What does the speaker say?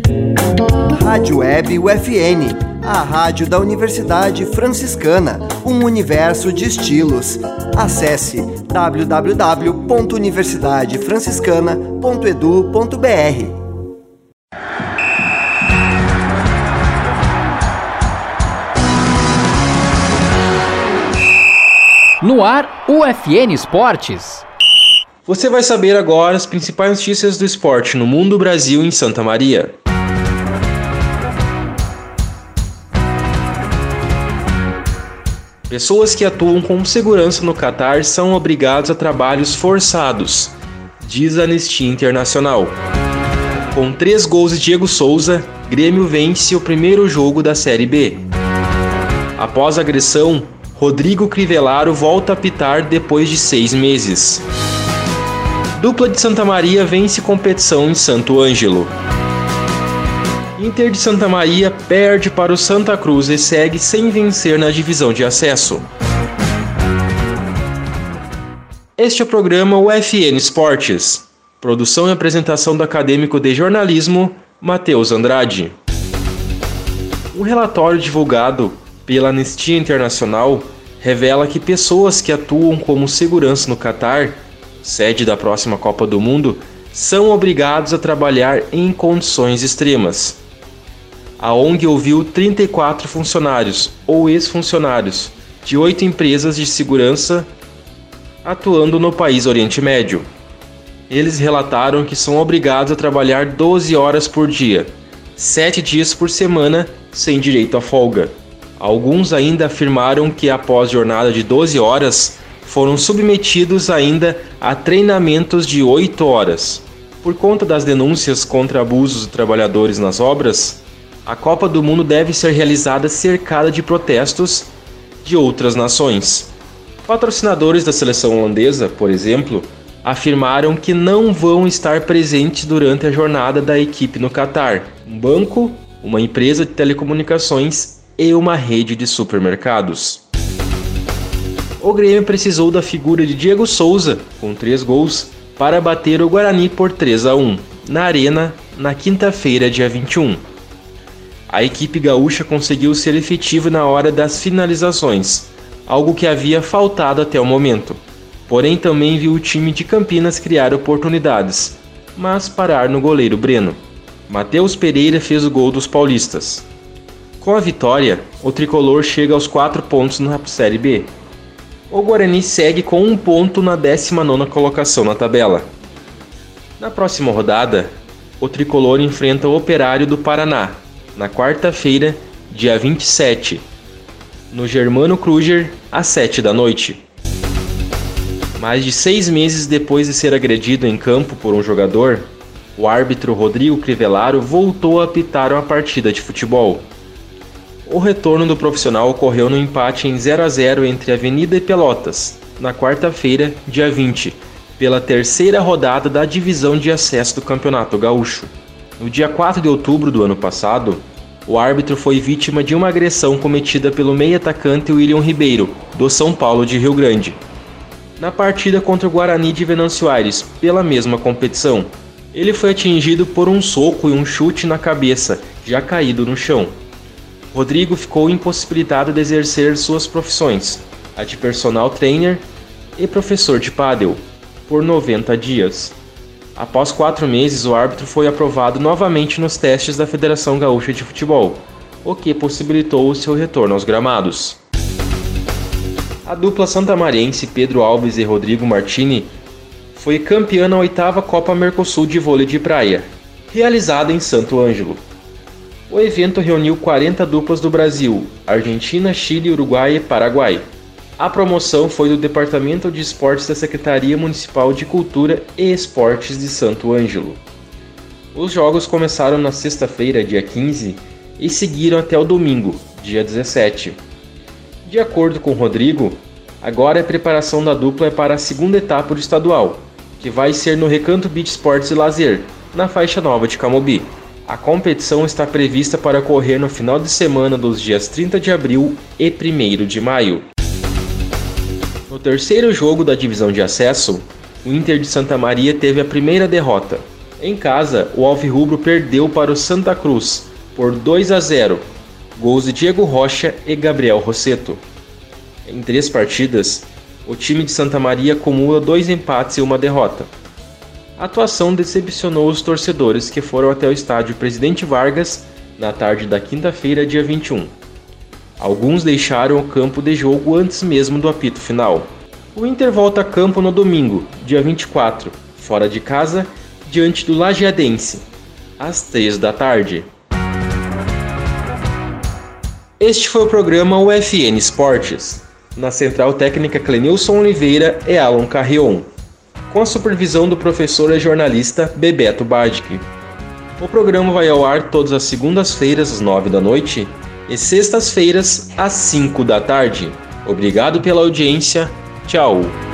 Rádio Web UFN, a rádio da Universidade Franciscana, um universo de estilos. Acesse www.universidadefranciscana.edu.br. No ar, UFN Esportes. Você vai saber agora as principais notícias do esporte no mundo, Brasil e em Santa Maria. Pessoas que atuam com segurança no Catar são obrigados a trabalhos forçados, diz a Anistia Internacional. Com 3 gols de Diego Souza, Grêmio vence o primeiro jogo da Série B. Após a agressão, Rodrigo Crivellaro volta a apitar depois de 6 meses. Dupla de Santa Maria vence competição em Santo Ângelo. Inter de Santa Maria perde para o Santa Cruz e segue sem vencer na divisão de acesso. Este é o programa UFN Esportes. Produção e apresentação do acadêmico de jornalismo, Matheus Andrade. Um relatório divulgado pela Anistia Internacional revela que pessoas que atuam como segurança no Catar, sede da próxima Copa do Mundo, são obrigados a trabalhar em condições extremas. A ONG ouviu 34 funcionários ou ex-funcionários de 8 empresas de segurança atuando no país Oriente Médio. Eles relataram que são obrigados a trabalhar 12 horas por dia, 7 dias por semana, sem direito à folga. Alguns ainda afirmaram que após jornada de 12 horas, foram submetidos ainda a treinamentos de 8 horas. Por conta das denúncias contra abusos de trabalhadores nas obras, a Copa do Mundo deve ser realizada cercada de protestos de outras nações. Patrocinadores da seleção holandesa, por exemplo, afirmaram que não vão estar presentes durante a jornada da equipe no Catar. Um banco, uma empresa de telecomunicações e uma rede de supermercados. O Grêmio precisou da figura de Diego Souza, com 3 gols, para bater o Guarani por 3-1, na Arena, na quinta-feira, dia 21. A equipe gaúcha conseguiu ser efetiva na hora das finalizações, algo que havia faltado até o momento. Porém, também viu o time de Campinas criar oportunidades, mas parar no goleiro Breno. Matheus Pereira fez o gol dos paulistas. Com a vitória, o tricolor chega aos 4 pontos na Série B. O Guarani segue com 1 ponto na 19ª colocação na tabela. Na próxima rodada, o tricolor enfrenta o Operário do Paraná, na quarta-feira, dia 27, no Germano Kruger, às 7 da noite. Mais de 6 meses depois de ser agredido em campo por um jogador, o árbitro Rodrigo Crivellaro voltou a apitar uma partida de futebol. O retorno do profissional ocorreu no empate em 0-0 entre Avenida e Pelotas, na quarta-feira, dia 20, pela 3ª rodada da divisão de acesso do Campeonato Gaúcho. No dia 4 de outubro do ano passado, o árbitro foi vítima de uma agressão cometida pelo meio-atacante William Ribeiro, do São Paulo de Rio Grande, na partida contra o Guarani de Venâncio Aires, pela mesma competição. Ele foi atingido por um soco e um chute na cabeça, já caído no chão. Rodrigo ficou impossibilitado de exercer suas profissões, a de personal trainer e professor de pádel, por 90 dias. Após 4 meses, o árbitro foi aprovado novamente nos testes da Federação Gaúcha de Futebol, o que possibilitou o seu retorno aos gramados. A dupla santamariense Pedro Alves e Rodrigo Martini foi campeã na 8ª Copa Mercosul de vôlei de praia, realizada em Santo Ângelo. O evento reuniu 40 duplas do Brasil, Argentina, Chile, Uruguai e Paraguai. A promoção foi do Departamento de Esportes da Secretaria Municipal de Cultura e Esportes de Santo Ângelo. Os jogos começaram na sexta-feira, dia 15, e seguiram até o domingo, dia 17. De acordo com Rodrigo, agora a preparação da dupla é para a 2ª etapa do estadual, que vai ser no Recanto Beach Sports e Lazer, na faixa nova de Camobi. A competição está prevista para ocorrer no final de semana dos dias 30 de abril e 1º de maio. No No terceiro jogo da divisão de acesso, o Inter de Santa Maria teve a primeira derrota, Em casa, o Alvirrubro perdeu para o Santa Cruz por 2-0, gols de Diego Rocha e Gabriel Rosseto. Em 3 partidas, o time de Santa Maria acumula 2 empates e 1 derrota. A atuação decepcionou os torcedores que foram até o estádio Presidente Vargas na tarde da quinta-feira, dia 21. Alguns deixaram o campo de jogo antes mesmo do apito final. O Inter volta a campo no domingo, dia 24, fora de casa, diante do Lajeadense, às 3 da tarde. Este foi o programa UFN Esportes. Na central técnica Clenilson Oliveira e Alan Carrion, com a supervisão do professor e jornalista Bebeto Badic. O programa vai ao ar todas as segundas-feiras às 9 da noite e sextas-feiras às 5 da tarde. Obrigado pela audiência. Tchau.